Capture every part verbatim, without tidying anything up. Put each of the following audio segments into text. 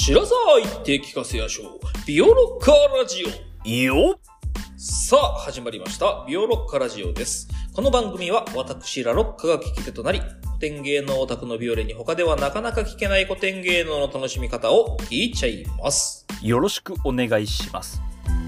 白沢言って聞かせやしょう。ビオロッカーラジオ。 いいよ。 さあ、始まりました。ビオロッカーラジオです。この番組は私ラロッカが聞き手となり、古典芸能オタクのビオレに他ではなかなか聞けない古典芸能の楽しみ方を聞いちゃいます。 よろしくお願いします。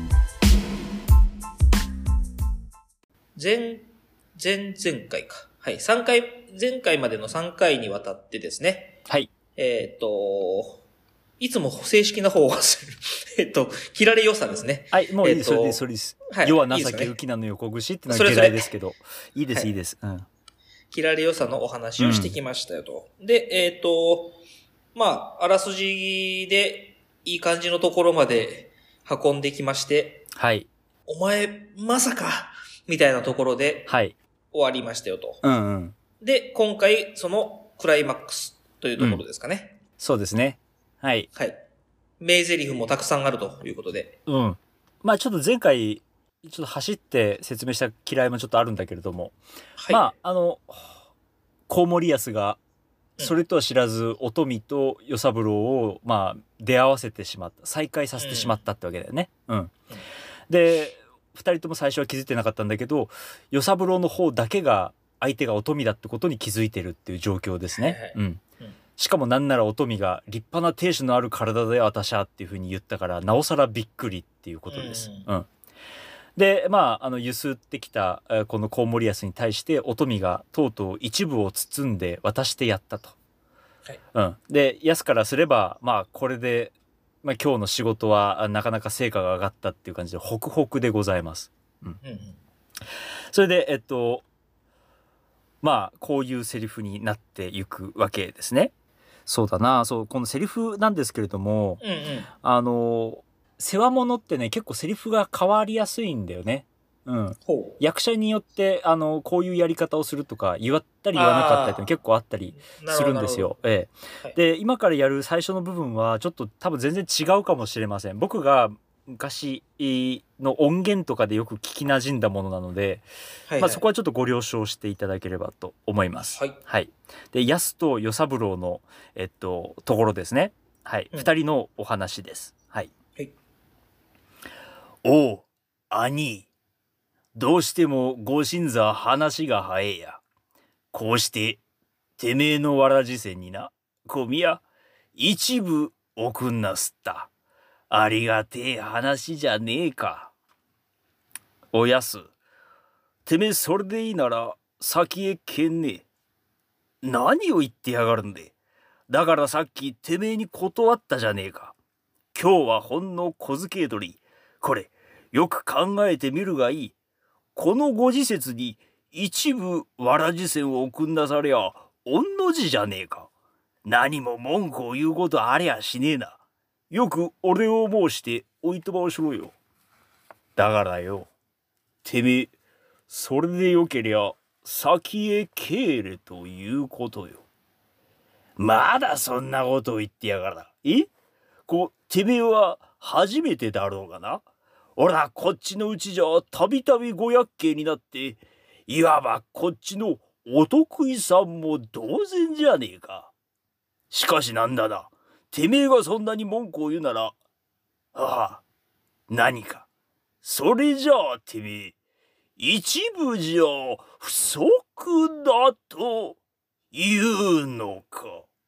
前、前々回か。はい、さんかい、前回までのさんかいにわたってですね。 はい。 えっと、いつも正式な方を忘れる。えっと、切られ良さですね。 はい、もういいです、 えっとそれです、それです。 はい世は情いいですねけ浮き名の横串ってのはそれそれ嫌いですけど。いいです、 はいいいです。うん。 切られ良さのお話をしてきましたよと。で、えっと、まあ、あらすじでいい感じのところまで運んできまして、 はい。 お前、まさかみたいなところではい。 終わりましたよと。 うんうん。 で、今回、そのクライマックスというところですかね。 そうですね。はい。 はい。名台詞もたくさんあるということで。 うん。まあちょっと前回、ちょっと走って説明した嫌いもちょっとあるんだけれども。 はい。 まあ、あの、コウモリヤスが、 うんそれとは知らず、おとみと与三郎を、まあ、出会わせてしまった。再会させてしまったってわけだよね。うん。うん、で、二人とも最初は気づいてなかったんだけど、与三郎の方だけが、相手がおとみだってことに気づいてるっていう状況ですね。 はいはい、 うん。 うんしかもなんならおとみが立派な亭主のある体だよ私はっていうふうに言ったからなおさらびっくりっていうことです。うん、うん、でまああのゆすってきたこのコウモリヤスに対しておとみがとうとう一部を包んで渡してやったと。はい、うん、でヤスからすればまあこれで、まあ、今日の仕事はなかなか成果が上がったっていう感じでホクホクでございます。うん、うんうん、それでえっとまあこういうセリフになっていくわけですね。そうだな、そうこのセリフなんですけれども、 うんうん、 あの世話物ってね結構セリフが変わりやすいんだよね。うん、役者によってあのこういうやり方をするとか言ったり言わなかったりって結構あったりするんですよ。ええ、はい、で今からやる最初の部分はちょっと多分全然違うかもしれません。僕が昔の音源とかでよく聞きなじんだものなので、はいはい、まあ、そこはちょっとご了承していただければと思います。はい、はい、でヤスと与三郎の、えっと、ところですね。はい、うん、ふたりのお話です。はい、はい、おう兄、どうしてもご新座話が早えや。こうしててめえのわらじ線にな小宮一部送んなすった。ありがてえ話じゃねえか。おやす、てめえそれでいいなら先へけんねえ。何を言ってやがるんで。だからさっきてめえに断ったじゃねえか。今日はほんの小付け取り。これよく考えてみるがいい。このご時節に一部わらじ線を送んなさりゃ御の字じゃねえか。何も文句を言うことありゃしねえな。よく俺を申しておいとまをしろよ。だからよ、てめえ、それでよけりゃ先へ帰れということよ。まだそんなことを言ってやがら。え？こう、てめえは初めてだろうがな。おら、こっちのうちじゃたびたびご厄介になって、いわばこっちのお得意さんも同然じゃねえか。しかしなんだな。てめえがそんなに文句を言うなら、ああ、何か。それじゃあてめえ、一部じゃ不足だというのか。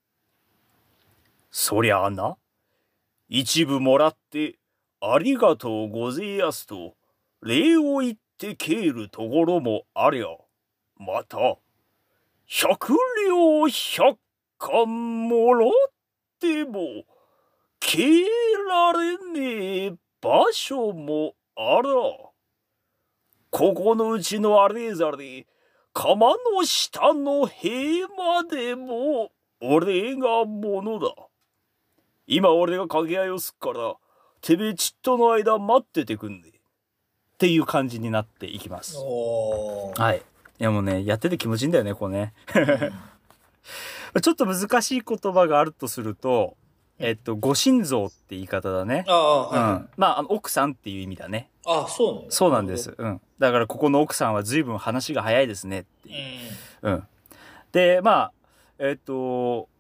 そりゃあな、一部もらってありがとうごぜえやすと礼を言って帰るところもありゃ、また百両百貫もらっても帰られねえ場所もあら。ここのうちのあれざれ釜の下の塀までも俺がものだ。今俺が掛け合いをすっからてめえちっとの間待っててくんねっていう感じになっていきます。はい。いやもうねやってて気持ちいいんだよねこうね。ちょっと難しい言葉があるとすると、えっとご新造って言い方だね。 ああ、はい、はい、 うん。まああの奥さんっていう意味だね。 ああ、そうなんだ。 そうなんです。うん。だからここの奥さんは随分話が早いですねっていう。うん。うん、でまあえっと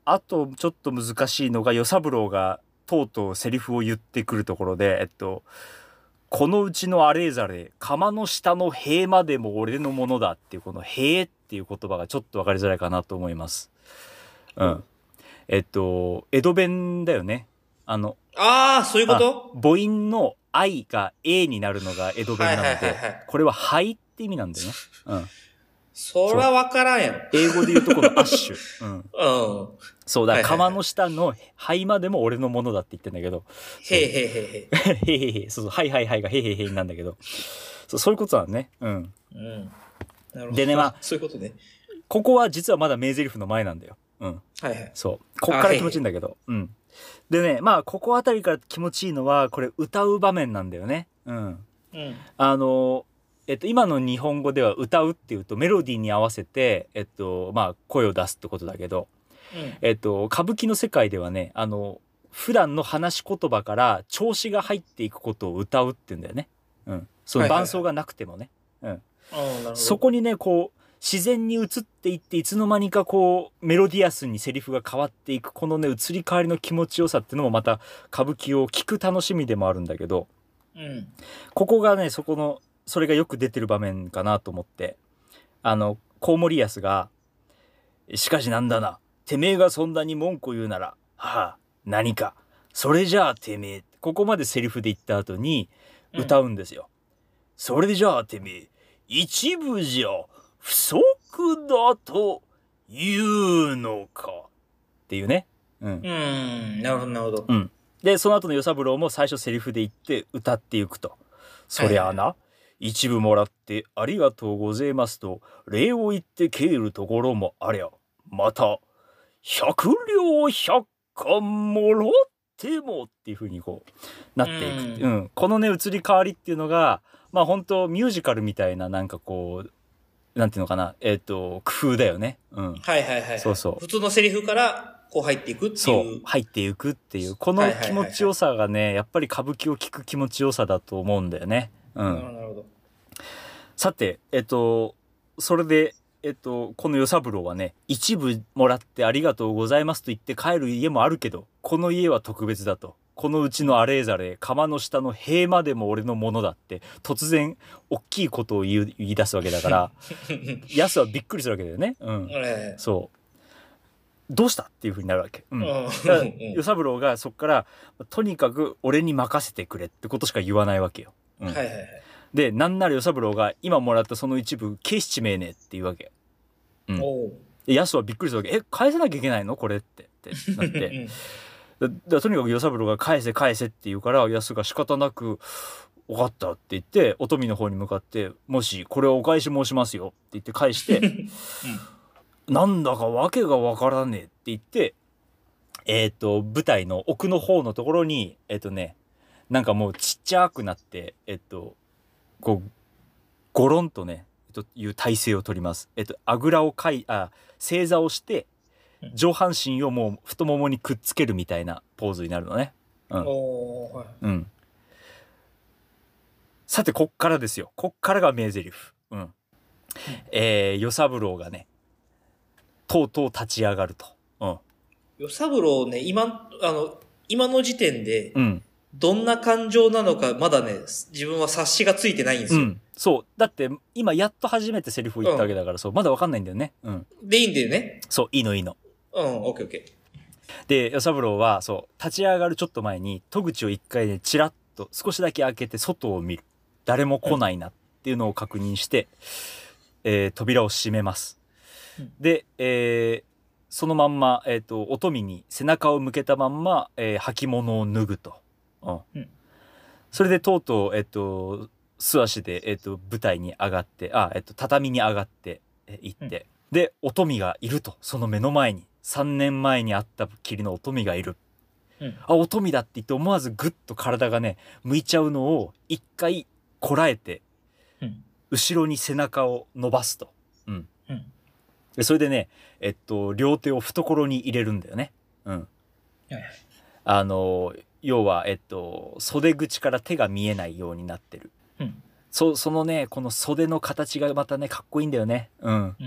あとちょっと難しいのが与三郎がとうとうセリフを言ってくるところで、えっとこのうちのあれざれ釜の下の塀までも俺のものだっていう、この塀っていう言葉がちょっと分かりづらいかなと思います。うん。えっと江戸弁だよね。あのああ、そういうこと？ 母音の愛が A になるのが江戸弁なので、はいはいはいはい、これは灰って意味なんだよね。うん。 そらわからんやろ。 英語で言うとこのアッシュ。うん。 うん。 そうだ、釜の下の灰までも俺のものだって言ってんだけど。 へいへいへいへい。 へいへいへい。そうそう、はいはいはいがへいへいへいなんだけど。そう、そういうことだね。うん。うん。 なるほど。 でね、まあ、 そういうことね。 ここは実はまだ名台詞の前なんだよ。うん。 はいはい。 そう。こっから気持ちいいんだけど。うん。でね、まあ、ここあたりから気持ちいいのは、これ歌う場面なんだよね。うん。うん。あの、えっと、今の日本語では歌うっていうとメロディーに合わせて、えっと、まあ、声を出すってことだけど、うん、えっと、歌舞伎の世界ではね、あの、普段の話し言葉から調子が入っていくことを歌うって言うんだよね。うん。その伴奏がなくてもね。うん。そこにね、こう、自然に移っていって、いつの間にかこう、メロディアスにセリフが変わっていく、このね、移り変わりの気持ちよさっていうのもまた、歌舞伎を聴く楽しみでもあるんだけど、うん。ここがね、そこの、それがよく出てる場面かなと思って、あのコウモリヤスが「しかしなんだな、てめえがそんなに文句言うなら、はあ、何かそれじゃあてめえ」ここまでセリフで言った後に歌うんですよ。うん、それじゃあてめえ一部じゃ不足だというのかっていうね。うん、 うんなるほどなるほど。 うん、でその後の与三郎も最初セリフで言って歌っていくと。そりゃあな、はい、一部もらってありがとうございますと礼を言って帰るところもありゃ、また百両百貫もらってもっていう風にこうなっていくって、うん、うん、このね移り変わりっていうのがまあ本当ミュージカルみたいななんかこうなんていうのかな、えっと工夫だよね。うん、 はいはいはい、はい、 そうそう、 普通のセリフからこう入っていくっていう、 そう入っていくっていうこの気持ちよさがねやっぱり歌舞伎を聴く気持ちよさだと思うんだよね。うん、なるほど。さてえっとそれでえっとこの与三郎はね一部もらってありがとうございますと言って帰る家もあるけど、この家は特別だと、このうちのあれざれ釜の下の塀までも俺のものだって突然大きいことを言い、言い出すわけだからヤスはびっくりするわけだよね。うん、そうどうしたっていう風になるわけ。うん、与三郎がそっからとにかく俺に任せてくれってことしか言わないわけよ。うん、はいはいはい。でなんなら与三郎が今もらったその一部返しちめえねっていうわけ。うん、でヤスはびっくりするわけ。え返さなきゃいけないのこれってってなってだだとにかく与三郎が返せ返せって言うからヤスが仕方なく分かったって言ってお富の方に向かってもしこれをお返し申しますよって言って返して、うん、なんだかわけがわからねえって言ってえっと舞台の奥の方のところにえっとねなんかもうちっちゃくなってえっとこうゴロンとねという体勢を取ります。えっとあぐらをかいあ正座をして上半身をもう太ももにくっつけるみたいなポーズになるのね。うん。はい、うん。さてこっからですよ。こっからが名台詞。うん。うん、えー、与三郎がねとうとう立ち上がると。うん。 与三郎ね今あの今の時点で。うん。どんな感情なのかまだね自分は察しがついてないんですよ、うん、 そうだって今やっと初めてセリフを言ったわけだから、うん、そうまだ分かんないんだよね、うん、 でいいんだよね。 そういいのいいのうんオッケーオッケーで与三郎はそう立ち上がるちょっと前に戸口を一回ねチラッと少しだけ開けて外を見る、誰も来ないなっていうのを確認して、うんえー、扉を閉めます、うん、で、えー、そのまんま、えーと、お富に背中を向けたまんま、えー、履物を脱ぐとうんうん、それでとうとう、えっと、素足で、えっと、舞台に上がってあ、えっと、畳に上がって行って、うん、でお富がいると、その目の前にさんねんまえに会ったきりのお富がいる、うん、あお富だって言って思わずグッと体がね向いちゃうのを一回こらえて、うん、後ろに背中を伸ばすと、うんうん、でそれでね、えっと、両手を懐に入れるんだよね、うん、あの要は、えっと、袖口から手が見えないようになってる、うん、そ, そのねこの袖の形がまたねかっこいいんだよね、うん、うん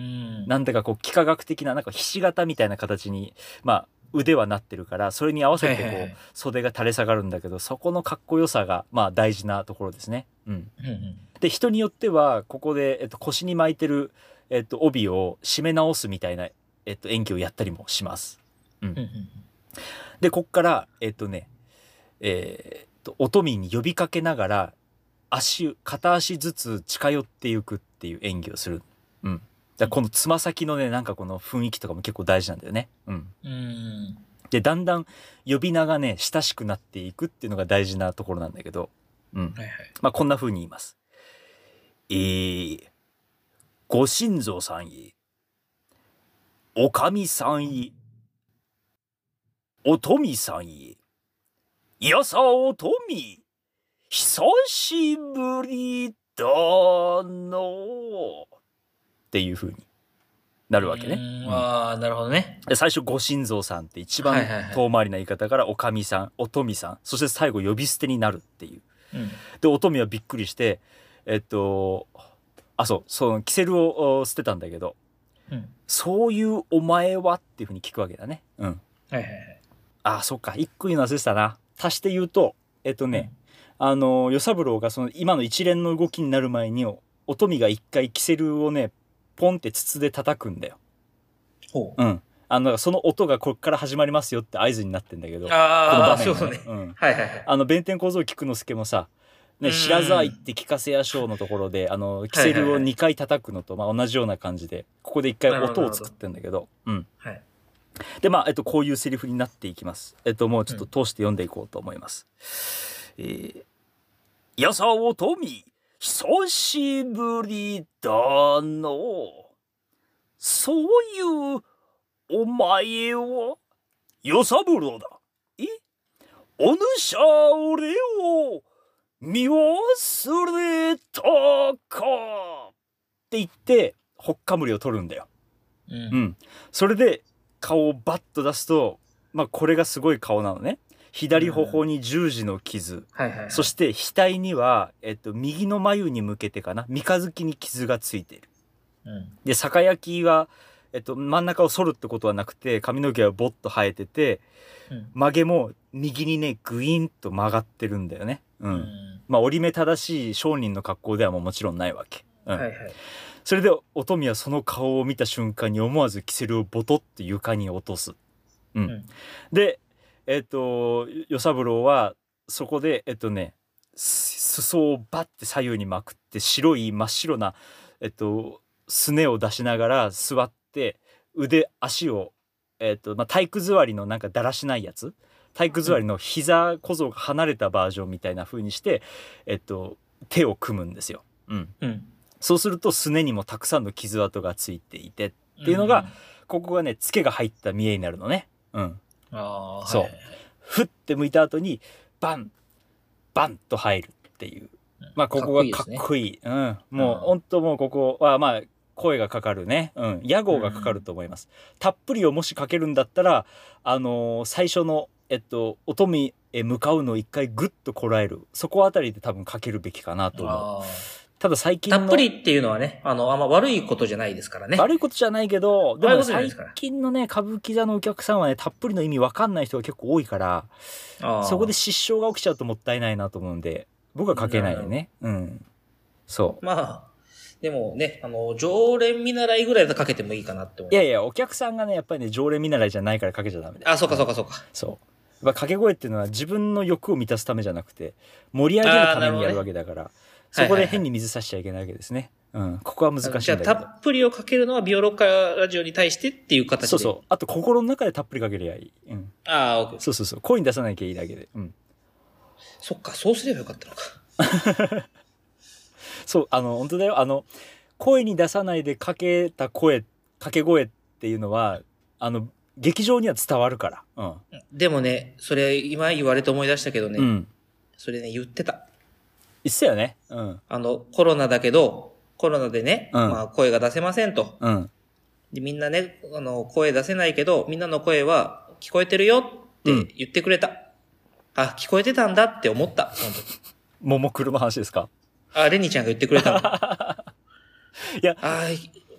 ん、なんだかこう幾何学的ななんかひし形みたいな形にまあ腕はなってるから、それに合わせてこう袖が垂れ下がるんだけど、そこのかっこよさがまあ大事なところですね。うん。うんうん、で人によってはここで、えっと、腰に巻いてる、えっと、帯を締め直すみたいな、えっと、演技をやったりもします。うん。うんうん、でこっからえっとね、えー、っとお富に呼びかけながら足片足ずつ近寄っていくっていう演技をする。うん。だこのつま先のねなんかこの雰囲気とかも結構大事なんだよね。うん。うんでだんだん呼び名がね親しくなっていくっていうのが大事なところなんだけど、うん。はいはい、まあこんな風に言います。えー、ご神蔵さんへ、お神さんへ、お富さんへ、いやさお富、久しぶりだのっていう風になるわけね。 うん、ああ、なるほどね。 で最初ご神蔵さんって一番遠回りな言い方からお神さん、お富さん、そして最後呼び捨てになるっていう。うん、でお富はびっくりして、えっとあそうそのキセルを捨てたんだけど、うん、そういうお前はっていう風に聞くわけだね。うん。はいはいはい。あそっか一個言うの忘れてたな。足して言うとえっとね。うんあの与三郎がその今の一連の動きになる前にお富が一回キセルをねポンって筒で叩くんだよ。ほう。うん。あのその音がこっから始まりますよって合図になってんだけど。 ああ、 この場面が、ね、そうね。うん。はいはいはい。 あの弁天小僧菊之助もさ、ね、白沢行って聞かせやしょうのところであのキセルをにかい叩くのとまあ同じような感じでここで一回音を作ってんだけど。うん。はい。でまあえっとこういうセリフになっていきます。えっともうちょっと通して読んでいこうと思います。うん、えー。やさおとみ、久しぶりだの。そういうお前は、与三郎だ。えお主は俺を見忘れたかって言って、ほっかむりを取るんだよ。うん。うん、それで顔をバッと出すと、まあこれがすごい顔なのね。左頬に十字の傷、はいはいはい、そして額には、えっと、右の眉に向けてかな三日月に傷がついている、うん、で酒焼きは、えっと、真ん中を反るってことはなくて髪の毛はボッと生えてて、うん、曲げも右にねグイーンと曲がってるんだよね、うんうん、まあ折り目正しい商人の格好ではもうもちろんないわけ、うんはいはい、それでお富はその顔を見た瞬間に思わずキセルをボトッと床に落とす、うんうん、でえっと与三郎はそこでえっとね裾をバッて左右にまくって白い真っ白なえっとすねを出しながら座って腕足をえっとまあ体育座りのなんかだらしないやつ体育座りの膝小僧が離れたバージョンみたいな風にしてえっと手を組むんですよ。うん。うん、そうするとすねにもたくさんの傷跡がついていてっていうのが、うん、ここがねツケが入った見えになるのね。うん。あそう、はいはいはい、ふって向いた後にバンバンと入るっていう、まあここがかっこいい、うん、もう本当もうここはまあ声がかかるね、うん、屋号がかかると思います、うん、たっぷりをもしかけるんだったらあのー、最初のえっとお富へ向かうのを一回グッとこらえるそこあたりで多分かけるべきかなと思う。ただ最近のたっぷりっていうのはね、あの、あんま悪いことじゃないですからね。 悪いことじゃないけど、でも最近のね、歌舞伎座のお客さんはね、たっぷりの意味わかんない人が結構多いから、そこで失笑が起きちゃうともったいないなと思うんで、僕はかけないでね。うん。そう。 まあ、でもね、あの、常連見習いぐらいでかけてもいいかなって思う。 いやいや、お客さんがね、やっぱりね、常連見習いじゃないからかけちゃダメだよ。 あ、そうかそうかそうか。 そう。やっぱ掛け声っていうのは自分の欲を満たすためじゃなくて、盛り上げるためにやるわけだから、そこで変に水差しちゃいけないわけですね。はいはいはい、うん。ここは難しいんだけど。 じゃあ、たっぷりをかけるのはビオロッカラジオに対してっていう形で。 そうそう。あと、心の中でたっぷりかけりゃいい。うん。 ああ、オッケー。 そうそうそう。声に出さなきゃいいだけで。うん。 そっか、そうすればよかったのか。 そう、あの、本当だよ。あの、声に出さないでかけた声、かけ声っていうのは、あの、劇場には伝わるから。うん。 でもね、それ、今言われて思い出したけどね。うん。それね、言ってた。 言ってたよね。うん。 あの、コロナだけど、コロナでね、うん、まあ、声が出せませんと。うん。で、みんなね、あの、声出せないけど、みんなの声は聞こえてるよって言ってくれた。うん、あ、聞こえてたんだって思った、その時。 ももクロの話ですか？ あ、レニちゃんが言ってくれたの。いや、あ、聞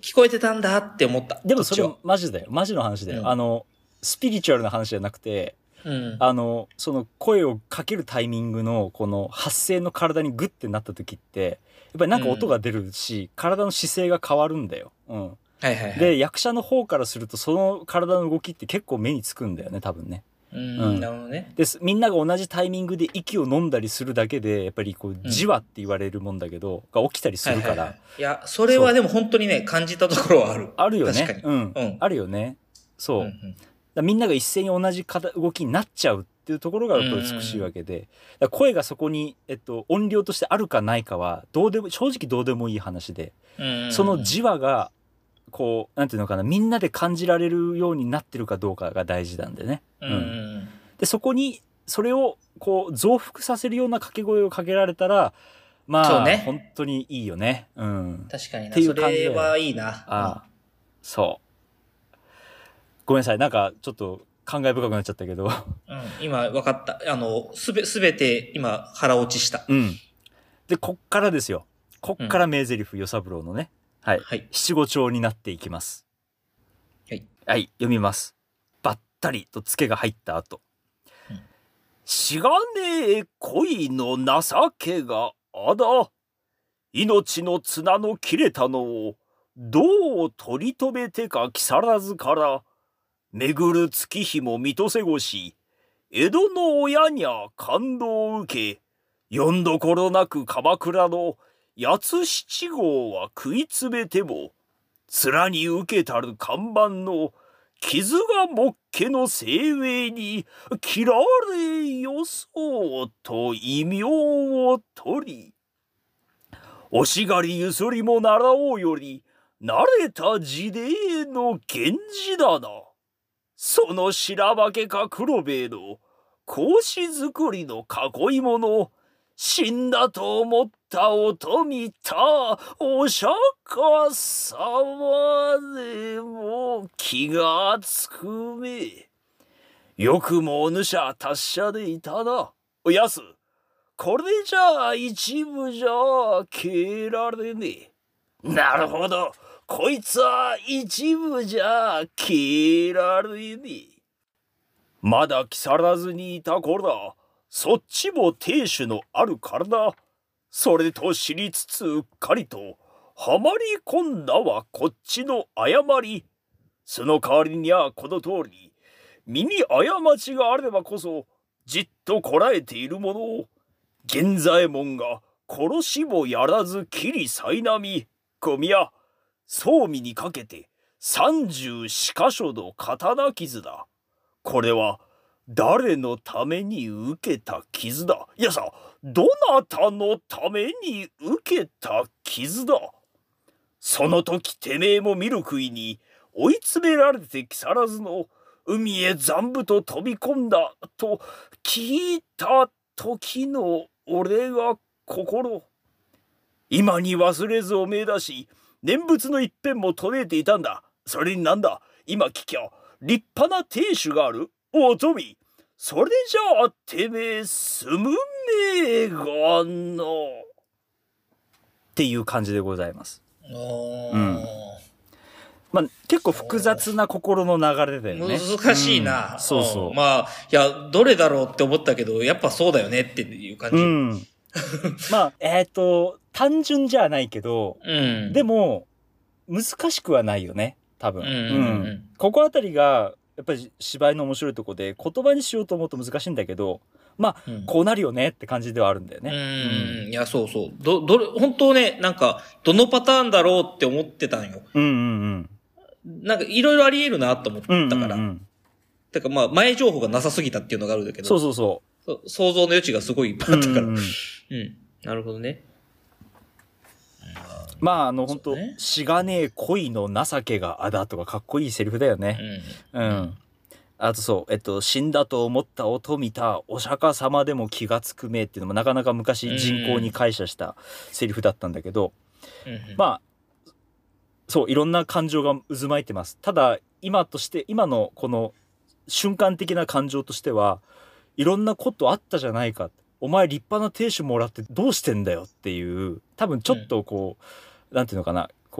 聞こえてたんだって思った。 でもそれマジだよ。マジの話だよ。うん、あの、スピリチュアルな話じゃなくて、うん、あの、その声をかけるタイミングの、この発声の体にグッてなった時って、やっぱりなんか音が出るし、うん、体の姿勢が変わるんだよ。うん。 はいはいはい。 で、役者の方からすると、その体の動きって結構目につくんだよね、多分ね。 うん、なるほどね。 で、みんなが同じタイミングで息を飲んだりするだけで、やっぱりこう、じわって言われるもんだけど、が起きたりするから、はいはいはい。 いや、それはでも本当にね、感じたところはある。 あるよね。 確かに。 うん。うん、あるよね。そう。うんうん、だみんなが一斉に同じ動きになっちゃうっていうところがやっぱり美しいわけで、だ声がそこに、えっと、音量としてあるかないかは、どうでも、正直どうでもいい話で、そのじわが、こう、なんていうのかな、みんなで感じられるようになってるかどうかが大事なんでね。うん。うん、で、そこに、それを、こう、増幅させるような掛け声をかけられたら、まあ、そうね、本当にいいよね。うん。 確かにな。っていう感じで。それはいいな。 ああ、そう。ごめんなさい。なんか、ちょっと、感慨深くなっちゃったけど。うん。 今、わかった。あの、すべ、すべて、今、腹落ちした。 うん。で、こっからですよ。こっから名台詞、与三郎のね。はい。はい、七五調になっていきます。 はい。 はい、読みます。ばったりとツケが入った後。うん、しがねえ恋の情けがあだ。命の綱の切れたのを、どう取り留めてか木更津から、巡る月日も水戸瀬越、江戸の親にゃ感動を受け、よんどころなく鎌倉の八七号は食い詰めても、面に受けたる看板の傷がもっけの精霊に切られよそうと異名を取り、おしがりゆすりも習おうより慣れた時代の源氏だな。その白化けか黒兵衛の格子作りの囲い物、死んだと思った音見たお釈迦様でも気がつくめ。よくもお主は達者でいたな。おやす、これじゃあ一部じゃ消えられねえ。なるほど、こいつは一部じゃ消えられねえ。まだ木更津にいた頃だ。そっちも亭主のあるからだ。それと知りつつうっかりとはまり込んだはこっちの誤り。その代わりにはこの通り、身に過ちがあればこそじっとこらえているものを、源左衛門が殺しもやらず切り苛み、小宮装備にかけて三十四箇所の刀傷だ。これは誰のために受けた傷だ。いやさ、どなたのために受けた傷だ。その時てめえも見る杭に追い詰められて木更津の海へ残部と飛び込んだと聞いた時の俺が心、今に忘れずおめえだし、念仏の一片も途絶えていたんだ。それになんだ、今聞きゃ立派な亭主がある。おお富、それじゃあてめえ住むめえがのっていう感じでございます。うん、まあ結構複雑な心の流れだよね。 難しいな、 うん、そうそう。 まあいやどれだろうって思ったけど、やっぱそうだよねっていう感じ。うん、 まあえっ、ー、と単純じゃないけど、うん、でも難しくはないよね多分。うんうんうんうん、ここあたりがやっぱり芝居の面白いとこで、言葉にしようと思うと難しいんだけど、まあ、うん、こうなるよねって感じではあるんだよね。 うん、うん、いやそうそう、どどれ本当ね、なんかどのパターンだろうって思ってたんよ。うんうんうん。なんかいろいろあり得るなと思ったから。うんうんうん、てかまあ前情報がなさすぎたっていうのがあるんだけど。 そうそうそう。 そ想像の余地がすごいいっぱいあったから。うん、うんうん、なるほどね。 まああの本当、ね、しがねえ恋の情けがあだとかかっこいいセリフだよね。うん。うん、あとそう、えっと、死んだと思った音見たお釈迦様でも気がつくめっていうのもなかなか昔人口に解釈したセリフだったんだけど、うん、まあそういろんな感情が渦巻いてます。ただ今として今のこの瞬間的な感情としてはいろんなことあったじゃないか。お前立派な亭主もらってどうしてんだよっていう、多分ちょっとこう、うん、なんていうのかな、こう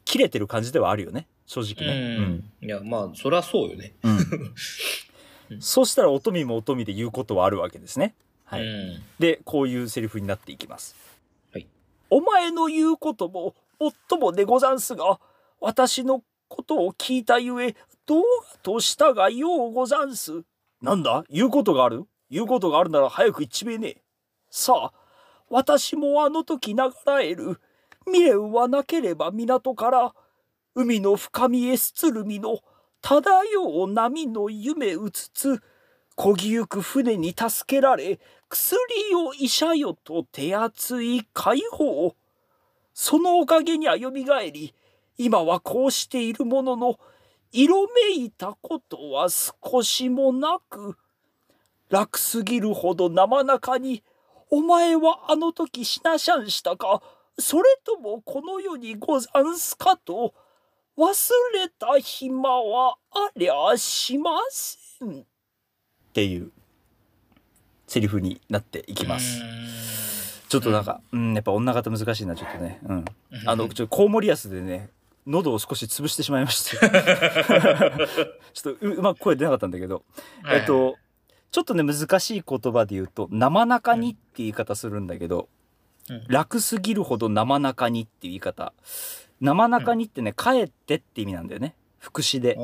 切れてる感じではあるよね、正直ね。 うん。うん、いや、まあ、そりゃそうよね。 うん、そうしたら、おとみもおとみで言うことはあるわけですね。はい。うん、で、こういうセリフになっていきます。はい。お前の言うことも、もっともでござんすが、私のことを聞いたゆえ、どうとしたがようござんす。なんだ、言うことがある？言うことがあるなら早く言っちめえねえ。さあ、私もあの時流らえる未練はなければ港から海の深みへすつるみの漂う波の夢うつつ漕ぎゆく船に助けられ薬を医者よと手厚い解放。そのおかげにはよみがえり今はこうしているものの色めいたことは少しもなく楽すぎるほど生中にお前はあの時しなしゃんしたか、それともこの世にござんすかと、忘れた暇はありゃしません。っていうセリフになっていきます。ちょっとなんか、うん、やっぱ女方難しいな、ちょっとね。うん。あの、ちょっとコウモリヤスでね、喉を少し潰してしまいまして。ちょっとう、うまく声出なかったんだけど、えっと、ちょっとね難しい言葉で言うと生中にって言い方するんだけど、うん、楽すぎるほど生中にっていう言い方、生中にってね、うん、帰ってって意味なんだよね、副詞で、うん、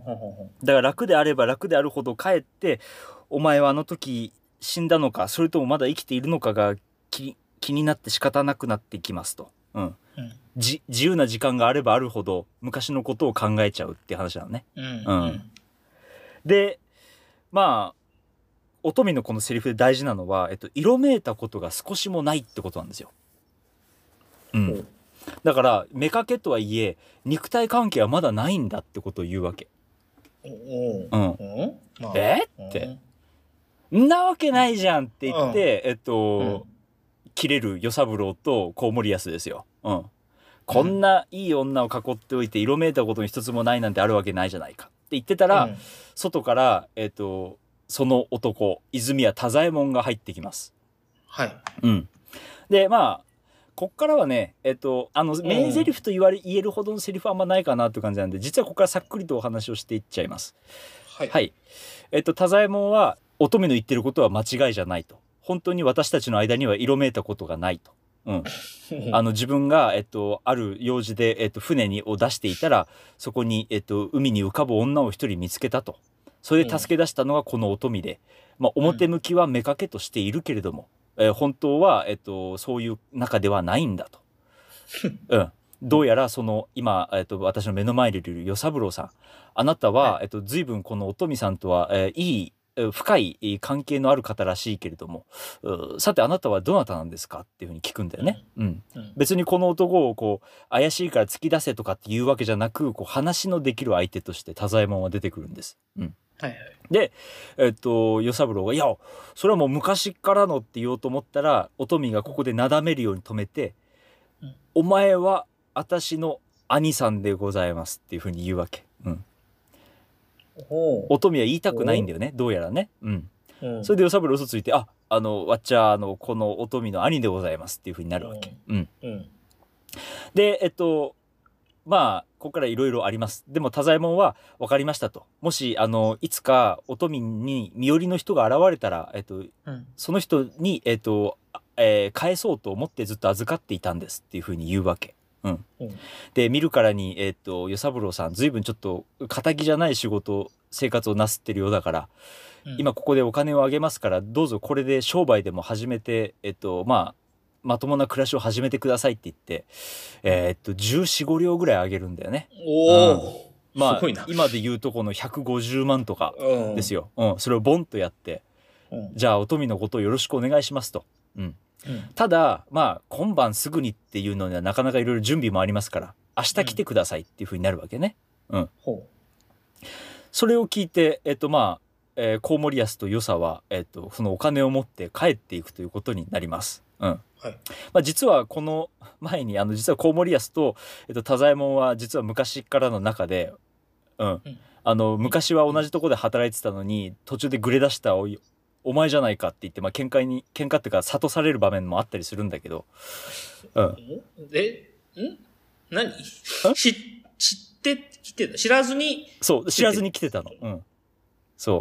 だから楽であれば楽であるほど帰ってお前はあの時死んだのかそれともまだ生きているのかが気、気になって仕方なくなっていきますと、うんうん、じ自由な時間があればあるほど昔のことを考えちゃうっていう話なのね、うんうん、でまあおとみのこのセリフで大事なのは、えっと、色めいたことが少しもないってことなんですよ。うん。だから、妾とはいえ、肉体関係はまだないんだってことを言うわけ。うん。うんまあ、えって。んなわけないじゃんって言って、うん、えっと、うん、切れる与三郎とコウモリヤスですよ。うん。こんないい女を囲っておいて、色めいたことに一つもないなんてあるわけないじゃないかって言ってたら、うん、外から、えっと、その男泉谷太左衛門が入ってきます。はい。うん。でまあこっからはねえっとあの名台詞と言われ言えるほどのセリフはあんまないかなって感じなんで、実はここからさっくりとお話をしていっちゃいます。はい。はい、えっと太左衛門は乙女の言ってることは間違いじゃないと。本当に私たちの間には色めいたことがないと。うん、あの自分が、えっと、ある用事で、えっと、船にを出していたらそこに、えっと、海に浮かぶ女を一人見つけたと。それで助け出したのがこの乙女で、まあ、表向きは妾としているけれども、うんえー、本当は、えっと、そういう仲ではないんだと、うん、どうやらその今、えっと、私の目の前にいる与三郎さん、あなたは、はいえっと、随分この乙女さんとは、えー、いい深い関係のある方らしいけれども、さてあなたはどなたなんですかっていうふうに聞くんだよね、うんうん、別にこの男をこう怪しいから突き出せとかっていうわけじゃなく、こう話のできる相手として太左衛門は出てくるんです、うんはいはい、で、えっと、与三郎が「いやそれはもう昔からの」って言おうと思ったら乙女がここでなだめるように止めて「うん、お前は私の兄さんでございます」っていうふうに言うわけ、うん乙女は言いたくないんだよね、どうやらね、うん、うん、それで与三郎嘘ついて「ああのわっちゃあのこの乙女の兄でございます」っていうふうになるわけ、うんうん、でえっとまあここからいろいろあります。でも太左衛門は分かりましたと、もしあのいつか乙女に身寄りの人が現れたら、えっとうん、その人に、えっとえー、返そうと思ってずっと預かっていたんですっていうふうに言うわけ。うんうん、で見るからに、えー、と与三郎さん随分ちょっと堅気じゃない仕事生活をなすってるようだから、うん、今ここでお金をあげますからどうぞこれで商売でも始めて、えーとまあ、まともな暮らしを始めてくださいって言って、えー、とじゅうよん、ご両ぐらいあげるんだよね。おお、うん、まあ今で言うとこのひゃくごじゅうまんとかですよ、うん、それをボンとやって、うん、じゃあ乙女のことをよろしくお願いしますと。うんうん、ただまあ今晩すぐにっていうのにはなかなかいろいろ準備もありますから明日来てくださいっていう風になるわけね。うん、うん、それを聞いてえっとまあ、えー、コウモリヤスと与三は、えっと、そのお金を持って帰っていくということになります。うんはいまあ、実はこの前にあの実はコウモリヤスと、えっと、太左衛門は実は昔からの仲で、うん、うん、あの昔は同じとこで働いてたのに途中でグレ出したおお前じゃないかって言って、まあ、喧嘩に喧嘩っていうか諭される場面もあったりするんだけど、うん、 えん何し、知って来てた知らずにそう、知らずに来てたの。うん。そう。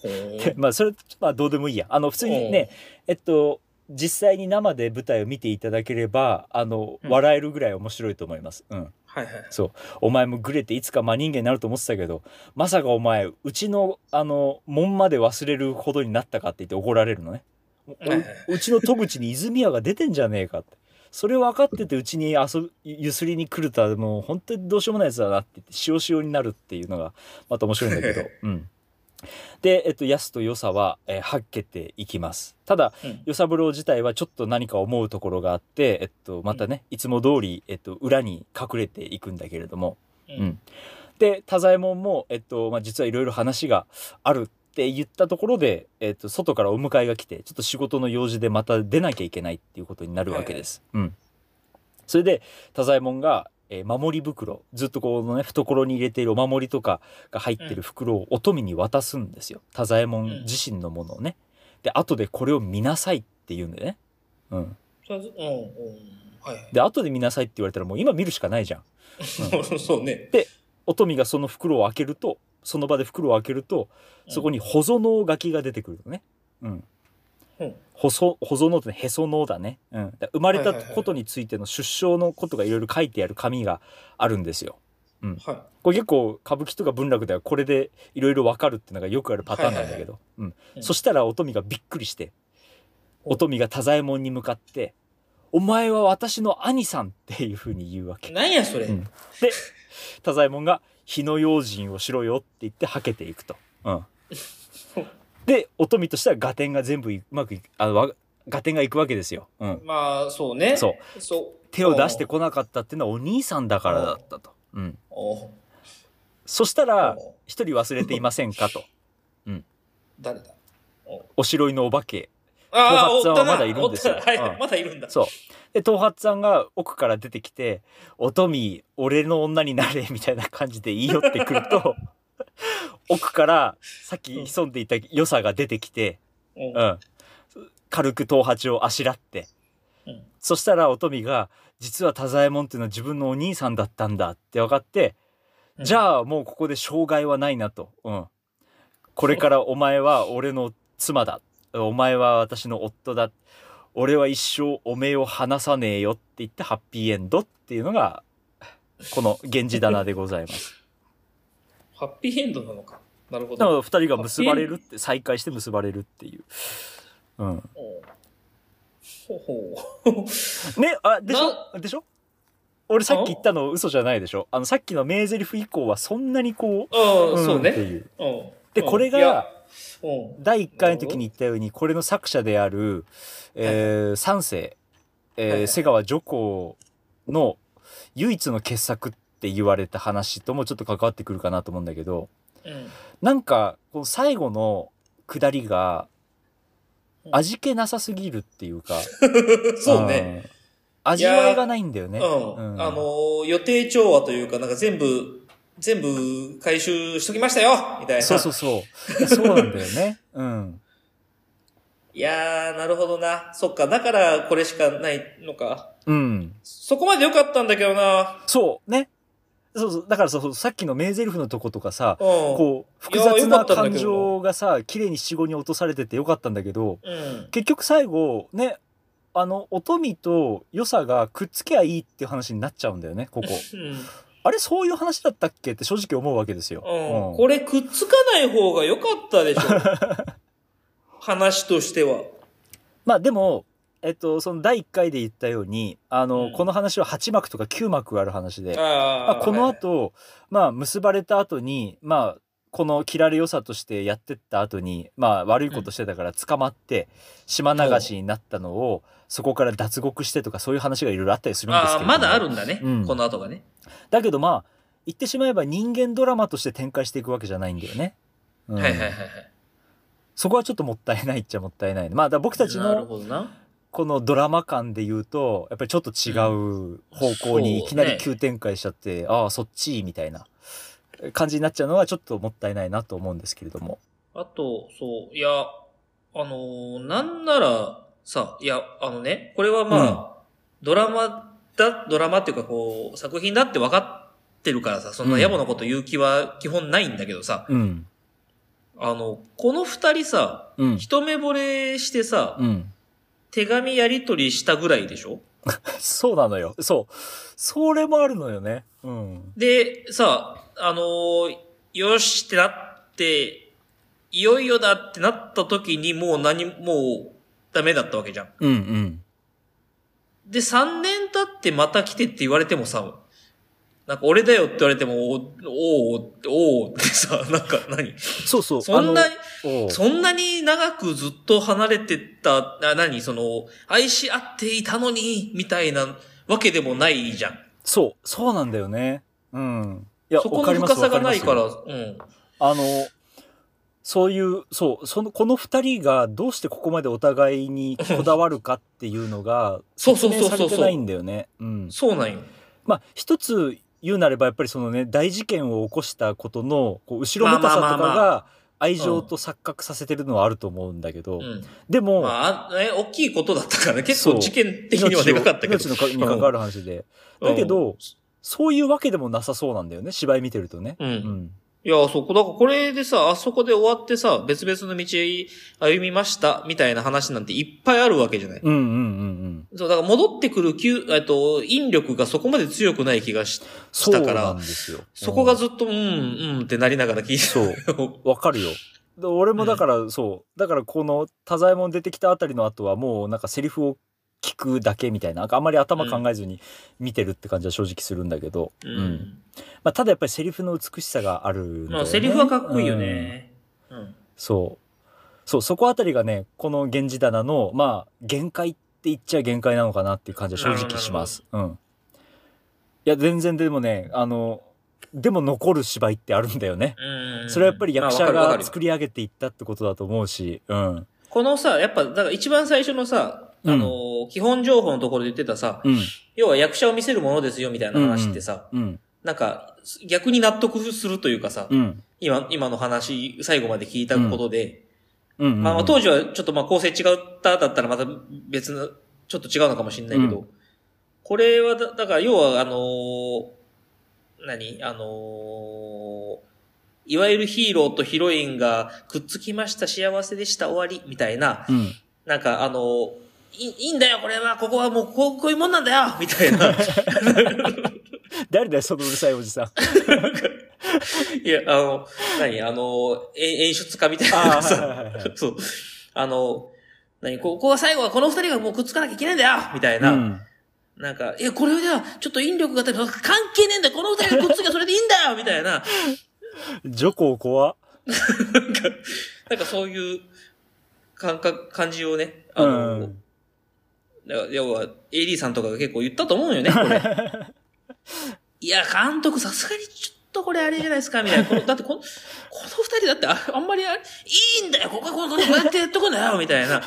でまあ、それ、まあ、どうでもいいや。あの、普通にね、えっと、実際に生で舞台を見ていただければ、あの、うん、笑えるぐらい面白いと思います。うん。 はいはい。 そう。お前もグレていつか真人間になると思ってたけど、まさかお前、うちの、あの、門まで忘れるほどになったかって言って怒られるのね。はいはい、う, うちの戸口に泉谷が出てんじゃねえかって。それ分かっててうちに遊びゆすりに来るとはもう本当にどうしようもないやつだなって言って塩塩になるっていうのがまた面白いんだけど、うん、で、えっと、安と与謝は、えー、はっけていきます。ただ、うん、与謝五郎自体はちょっと何か思うところがあって、えっと、またね、うん、いつも通り、えっと、裏に隠れていくんだけれども、うんうん、で太左衛門も、えっとまあ、実はいろいろ話があるって言ったところで、えー、と外からお迎えが来てちょっと仕事の用事でまた出なきゃいけないっていうことになるわけです。はいはい、うん、それで太左衛門が、えー、守り袋ずっとこのね懐に入れているお守りとかが入ってる袋をお富に渡すんですよ。太左衛門自身のものをね。で後でこれを見なさいって言うんでね。うん。うんうんはい、で後で見なさいって言われたらもう今見るしかないじゃん。 うん、そうね。 でお富がその袋を開けると。その場で袋を開けるとそこにほぞの書きが出てくるのね。うん。うん、ほそほぞのってへそのだね。うん。生まれたことについての出生のことがいろいろ書いてある紙があるんですよ。うん。はい、これ結構歌舞伎とか文楽ではこれでいろいろわかるっていうのがよくあるパターンなんだけど、うん。そしたらお富がびっくりして、お富が太左衛門に向かって、お前は私の兄さんっていう風に言うわけ。 何やそれ。うん、 で太左衛門が火の用心をしろよって言ってはけていくと。うん、でお富としては合点が全部うまくいくあの合点がいくわけですよ。うん、 まあそうね。 そうそう手を出してこなかったっていうのはお兄さんだからだったと。うん、そしたら一人忘れていませんかと。うん、 誰だ。 おしろいのお化け。頭髪さんはまだいるんですよ。 はい、うん、まだいるんだ。 そう。で、頭髪さんが奥から出てきて、おとみ、俺の女になれ、みたいな感じで言い寄ってくると、奥からさっき潜んでいた良さが出てきて、うん。うん、軽く頭髪をあしらって、うん、そしたらおとみが、実は太左衛門っていうのは自分のお兄さんだったんだって分かって、うん、じゃあもうここで障害はないなと。うん。これからお前は俺の妻だ。お前は私の夫だ。俺は一生おめえを離さねえよって言ってハッピーエンドっていうのがこの源氏棚でございます。 ハッピーエンドなのか。なるほど。 だから二人が結ばれるって再会して結ばれるっていう。うん。 ほほう。ねあでしょでしょ。俺さっき言ったの嘘じゃないでしょ。あのさっきの名台詞以降はそんなにこう。 ああ、うん、そうね。 っていう。うん、でこれが。だいいっかいの時に言ったようにこれの作者である、えー、三世、えー、瀬川如光の唯一の傑作って言われた話ともちょっと関わってくるかなと思うんだけど、うん、なんかこの最後の下りが味気なさすぎるっていうかそうね、 味わいがないんだよね。 うんうん、あのー、予定調和というかなんか全部全部回収しときましたよみたいな。 そうそうそう。そうなんだよね。うん。 いやー、なるほどな。そっか、だからこれしかないのか。 うん。 そこまで良かったんだけどな。 そう、ね。そうそう。だからさ、さっきの名台詞のとことかさ、うん、こう、複雑な感情がさ、綺麗に七五に落とされててよかったんだけど、うん、結局最後、ね、あの、お富と良さがくっつけばいいっていう話になっちゃうんだよね、ここ。うんあれそういう話だったっけって正直思うわけですよ。 うんうん、これくっつかない方が良かったでしょ。話としては。 まあでも、えっと、そのだいいっかいで言ったように、あの、うん、この話ははち幕とかきゅう幕ある話で、あまあ、この後、はい、まあ結ばれた後に、まあ、この切られ良さとしてやってった後に、まあ悪いことしてたから捕まって、島流しになったのを、そこから脱獄してとかそういう話がいろいろあったりするんですけど、 ああ、まだあるんだね、うん、この後がね。 だけどまあ言ってしまえば人間ドラマとして展開していくわけじゃないんだよね。うん、はいはいはいはい。そこはちょっともったいないっちゃもったいない。まあだ僕たちのこのドラマ感で言うとやっぱりちょっと違う方向にいきなり急展開しちゃって、うんね、ああそっちみたいな感じになっちゃうのはちょっともったいないなと思うんですけれども。 あとそういやあのー、なんならさいやあのねこれはまあ、うん、ドラマたドラマっていうかこう、作品だって分かってるからさ、そんな野暮なこと言う気は基本ないんだけどさ、うん、あの、この二人さ、うん、一目惚れしてさ、うん、手紙やり取りしたぐらいでしょそうなのよ。そう。それもあるのよね。うん。 で、さ、あのー、よしってなって、いよいよだってなった時にもう何もうダメだったわけじゃん。うんうん。で、さんねん経ってまた来てって言われてもさ、なんか俺だよって言われても、おー、おー、おーってさ、なんか何そうそう。 そんなに、そんなに長くずっと離れてた、な、何その、愛し合っていたのに、みたいなわけでもないじゃん。 そう、そうなんだよね。うん。いや、 そこの深さがないから、うん。 あの、そういう、そう、その、この二人がどうしてここまでお互いにこだわるかっていうのが、説明されてないんだよね。うん。 そうなんよ。 まあ、一つ言うなれば、やっぱりそのね、大事件を起こしたことの、こう後ろめたさとかが、愛情と錯覚させてるのはあると思うんだけど、うん、でも、 まあ、ね、大きいことだったからね、結構事件的にはでかかったけど。 命のに関わる話で。だけど、うん、そういうわけでもなさそうなんだよね、芝居見てるとね。うん。うんいや、そこ、だからこれでさ、あそこで終わってさ、別々の道歩みました、みたいな話なんていっぱいあるわけじゃない。うんうんうんうん。そう、だから戻ってくる、えっと、引力がそこまで強くない気がししたから、そうなんですよ。そこがずっと、うん、うんってなりながら聞いてそう。わかるよ。俺もだから、うん、そう。だからこの、太左衛門出てきたあたりの後はもうなんかセリフを聞くだけみたいな、なんかあんまり頭考えずに見てるって感じは正直するんだけど、うん。うんまあ、ただやっぱりセリフの美しさがあるんだよね。まあ、 セリフはかっこいいよね。 うん。うん、そう。そう、そこあたりがね、この源氏棚の、まあ、限界って言っちゃ限界なのかなっていう感じは正直します。うん。いや、全然でもね、あの、でも残る芝居ってあるんだよね。うん。それはやっぱり役者が作り上げていったってことだと思うし、うん。 このさ、やっぱ、だから一番最初のさ、あの、うん、基本情報のところで言ってたさ、うん、要は役者を見せるものですよみたいな話ってさ、うんうん、なんか逆に納得するというかさ、うん、今、今の話最後まで聞いたことで、うんうんうん、まあ当時はちょっとまあ構成違っただったらまた別の、ちょっと違うのかもしれないけど、うん、これはだ、だから要はあのー、何あのー、いわゆるヒーローとヒロインがくっつきました幸せでした終わりみたいな、うん、なんかあのー、いい、いいんだよ、これは、ここはもう、こう、こういうもんなんだよみたいな。 誰だよ、そのうるさいおじさん。 いや、あの、何あの、演出家みたいなさ、そう。あの、何ここは最後はこの二人がもうくっつかなきゃいけないんだよみたいな。うん、なんか、いや、これでは、ちょっと引力が関係ねえんだよこの二人がくっつきゃそれでいいんだよみたいな。 ジョコ怖なんか、なんかそういう感覚、感じをね、あの、うん要は、エーディー さんとかが結構言ったと思うよね、これ。いや、監督さすがにちょっとこれあれじゃないですか、みたいな。このだってこの、この二人だってああんまりあれ、いいんだよ、ここはこの、こうやってやっとくんだよ、みたいな。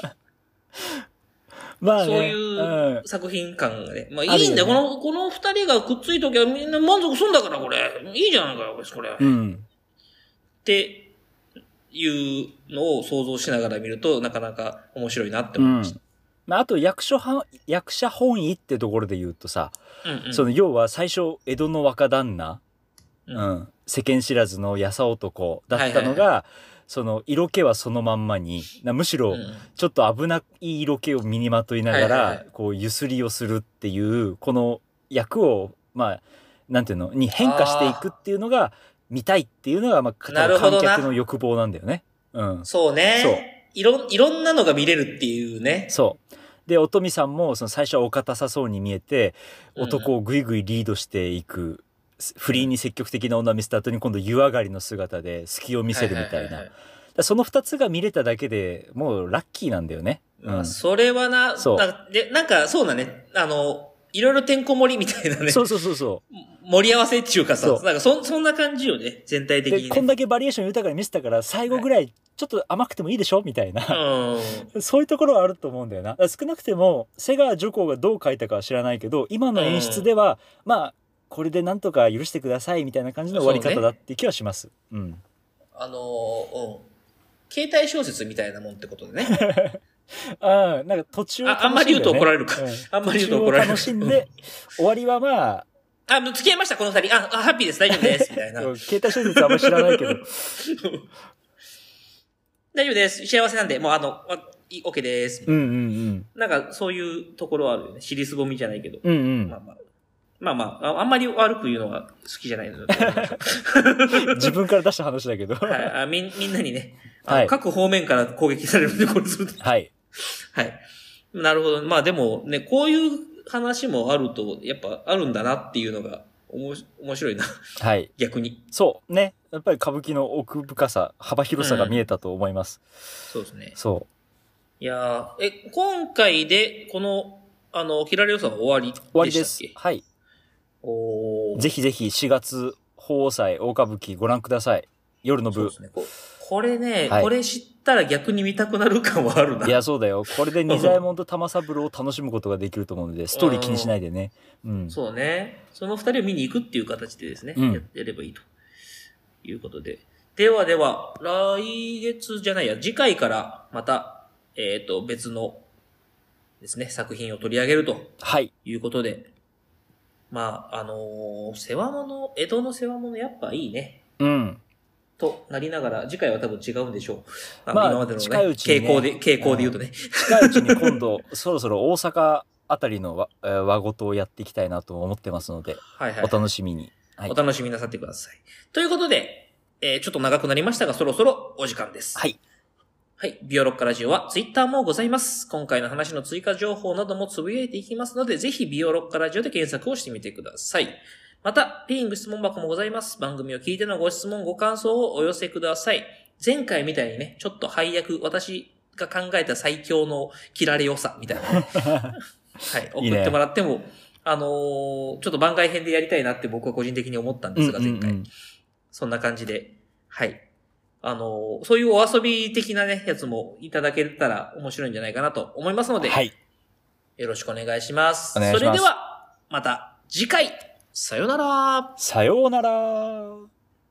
まあね、そういう作品感がね。まあいいんだよ、ね、この、この二人がくっついときはみんな満足すんだから、これ。いいじゃないかよ、これ。うん。っていうのを想像しながら見ると、なかなか面白いなって思いました。うんまあ、あと役所は役者本位ってところで言うとさ、うんうん、その要は最初江戸の若旦那、うんうん、世間知らずの優男だったのが、はいはいはい、その色気はそのまんまにむしろちょっと危ない色気を身にまといながら、はいはいはい、こうゆすりをするっていうこの役をまあなんていうのに変化していくっていうのが見たいっていうのがまあ観客の欲望なんだよね。うん、 そうね。そういろ、いろんなのが見れるっていうね。 そう。で、おとみさんも、その最初はお堅さそうに見えて、男をぐいぐいリードしていく、うん、フリーに積極的な女見せた後に今度湯上がりの姿で隙を見せるみたいな。その二つが見れただけでもうラッキーなんだよね。 うん、まあ、それはな、そうな。で、なんかそうだね。あの、いろいろてんこ盛りみたいなね。 そうそうそうそう。 盛り合わせっていうかさ、なんかそ、そんな感じよね、全体的に、ね。 こんだけバリエーション豊かに見せたから、最後ぐらい、ちょっと甘くてもいいでしょみたいな。うん、そういうところはあると思うんだよな。少なくても、瀬川女工がどう書いたかは知らないけど、今の演出では、うん、まあ、これでなんとか許してくださいみたいな感じの終わり方だって気はします。うね、うん。 あのー、うん。携帯小説みたいなもんってことでね。 ああ、なんか途中を楽しんで、ね、 あ、あんまり言うと怒られるか。うん、あんまり言うと怒られる。 楽しんで、終わりはまあ、 あ、もう付き合いました、この二人。あ、あハッピーです、大丈夫です、みたいな。 携帯小説あんま知らないけど。 大丈夫です、幸せなんで、もうあの、OK です。 うんうんうん。 なんかそういうところあるよね。尻すぼみじゃないけど。 うんうん。 まあまあ。まあまあ、あんまり悪く言うのが好きじゃないので。 自分から出した話だけど。 はい。あみ、みんなにね、あの、はい、各方面から攻撃されるんで、これすると。 はい。 はい。なるほど。まあでもね、こういう話もあると、やっぱあるんだなっていうのが、おもし面白いな。 はい。 逆に。 そうね。やっぱり歌舞伎の奥深さ、幅広さが見えたと思います。 うん、そうですね。 そう。 いやー、え、今回で、この、あの、切られ予算は終わりでしたっけ？ 終わりです。はい。 おー。 ぜひぜひしがつ、鳳凰祭大歌舞伎ご覧ください。夜の部。 そうですね。こ, これね、はい、これ知ったら逆に見たくなる感はあるな。 いや、そうだよ。これで仁左衛門と玉三郎を楽しむことができると思うので、ストーリー気にしないでね。うん。 そうね。その二人を見に行くっていう形でですね、うん、や, やればいいということで。ではでは、来月じゃないや、次回からまた、えっと、別のですね、作品を取り上げると。 はい。 いうことで。まあ、あのー、世話物、江戸の世話物やっぱいいね。 うん。 となりながら、次回は多分違うんでしょう。 まあ、 今までのね、 近いうちにね、 傾向で、傾向で言うとね。 近いうちに今度、そろそろ大阪あたりの和、和事をやっていきたいなと思ってますので、 はいはいはい、 お楽しみに、はい。 お楽しみなさってください。ということで、えー、ちょっと長くなりましたが、そろそろお時間です。 はい。 はい。ビオロッカラジオはツイッターもございます。今回の話の追加情報などもつぶやいていきますので、ぜひビオロッカラジオで検索をしてみてください。また、ピーイング質問箱もございます。番組を聞いてのご質問、ご感想をお寄せください。前回みたいにね、ちょっと配役、私が考えた最強の切られ良さみたいな、ね。はい。送ってもらっても、いいね、あのー、ちょっと番外編でやりたいなって僕は個人的に思ったんですが、前回。うんうんうん、そんな感じで、はい。あのー、そういうお遊び的なね、やつもいただけたら面白いんじゃないかなと思いますので、 はい。 よろしくお願いします。 お願いします。 それでは、また次回、さよなら。 さようなら。